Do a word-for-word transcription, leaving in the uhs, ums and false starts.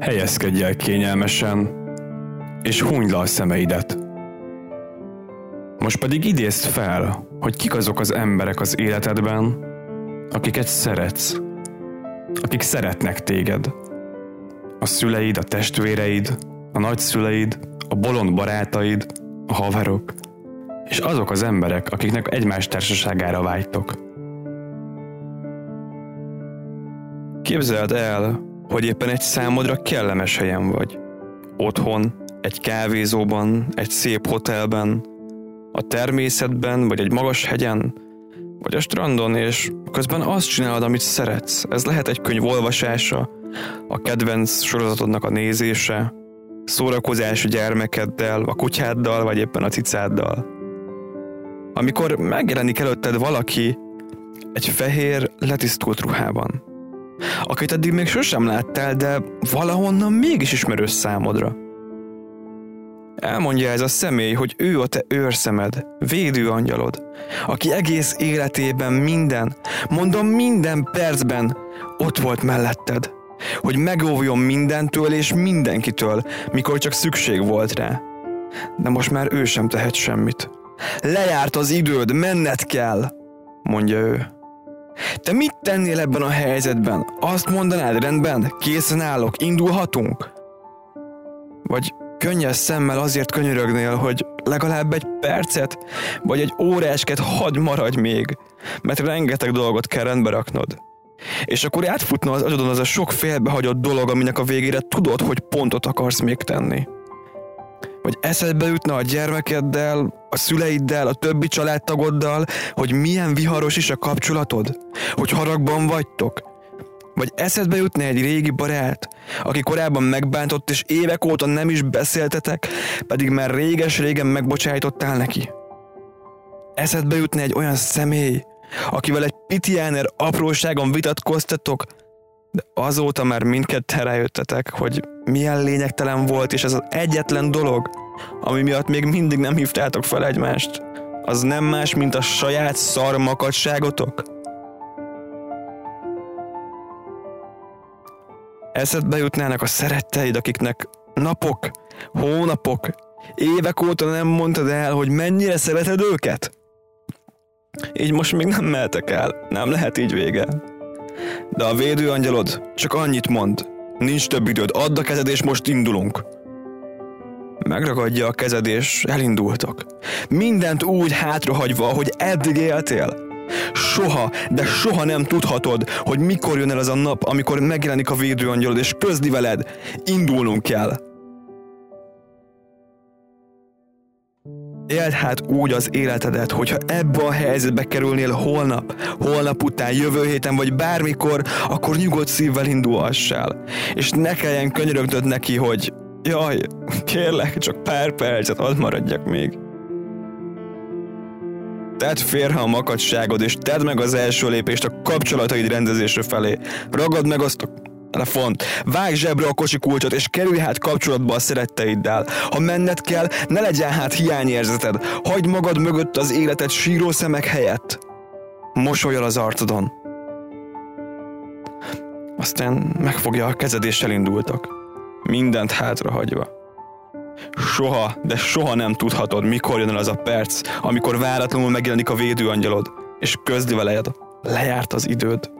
Helyezkedj el kényelmesen, és hunyd le a szemeidet. Most pedig idézd fel, hogy kik azok az emberek az életedben, akiket szeretsz, akik szeretnek téged. A szüleid, a testvéreid, a nagyszüleid, a bolond barátaid, a haverok, és azok az emberek, akiknek egymás társaságára vágytok. Képzeld el, hogy éppen egy számodra kellemes helyen vagy. Otthon, egy kávézóban, egy szép hotelben, a természetben, vagy egy magas hegyen, vagy a strandon, és közben azt csinálod, amit szeretsz. Ez lehet egy könyv olvasása, a kedvenc sorozatodnak a nézése, szórakozás a gyermekeddel, a kutyáddal, vagy éppen a cicáddal. Amikor megjelenik előtted valaki egy fehér, letisztult ruhában, akit eddig még sosem láttál, de valahonnan mégis ismerős számodra. Elmondja ez a személy, hogy ő a te őrszemed, védőangyalod, aki egész életében minden, mondom minden percben ott volt melletted, hogy megóvjon mindentől és mindenkitől, mikor csak szükség volt rá. De most már ő sem tehet semmit. Lejárt az időd, menned kell, mondja ő. Te mit tennél ebben a helyzetben? Azt mondanád, rendben, készen állok, indulhatunk? Vagy könnyes szemmel azért könyörögnél, hogy legalább egy percet, vagy egy órásket hadd maradj még, mert rengeteg dolgot kell rendbe raknod. És akkor átfutna az agyadon az a sok félbehagyott dolog, aminek a végére tudod, hogy pontot akarsz még tenni. Vagy eszedbe jutna a gyermekeddel, a szüleiddel, a többi családtagoddal, hogy milyen viharos is a kapcsolatod, hogy haragban vagytok. Vagy eszedbe jutna egy régi barát, aki korábban megbántott, és évek óta nem is beszéltetek, pedig már réges-régen megbocsájtottál neki. Eszedbe jutna egy olyan személy, akivel egy pitiáner apróságon vitatkoztatok, de azóta már mindketten rájöttetek, hogy milyen lényegtelen volt, és ez az egyetlen dolog, ami miatt még mindig nem hívtátok fel egymást, az nem más, mint a saját szarmakadságotok? Eszedbe jutnának a szeretteid, akiknek napok, hónapok, évek óta nem mondtad el, hogy mennyire szereted őket? Így most még nem mehetek el, nem lehet így vége. De a védőangyalod csak annyit mond, nincs több időd, add a kezed és most indulunk. Megragadja a kezed és elindultak. Mindent úgy hátrahagyva, hogy eddig éltél. Soha, de soha nem tudhatod, hogy mikor jön el az a nap, amikor megjelenik a védőangyalod és közli veled, indulnunk kell. Éld hát úgy az életedet, hogyha ebbe a helyzetbe kerülnél holnap, holnap után, jövő héten vagy bármikor, akkor nyugodt szívvel indulhassál. És ne kelljen könyörögnöd neki, hogy jaj, kérlek, csak pár percet, add maradjak még. Tedd félre a makadságod, és tedd meg az első lépést a kapcsolataid rendezésre felé. Ragad meg azt a telefont, vágj zsebre a kocsikulcsot, és kerülj hát kapcsolatba a szeretteiddel. Ha menned kell, ne legyen hát hiányérzeted. Hagyd magad mögött az életed síró szemek helyett. Mosolyol az arcodon. Aztán megfogja a kezed, és elindultak. Mindent hátrahagyva. Soha, de soha nem tudhatod, mikor jön el az a perc, amikor váratlanul megjelenik a védőangyalod, és közli veled, lejárt az időd.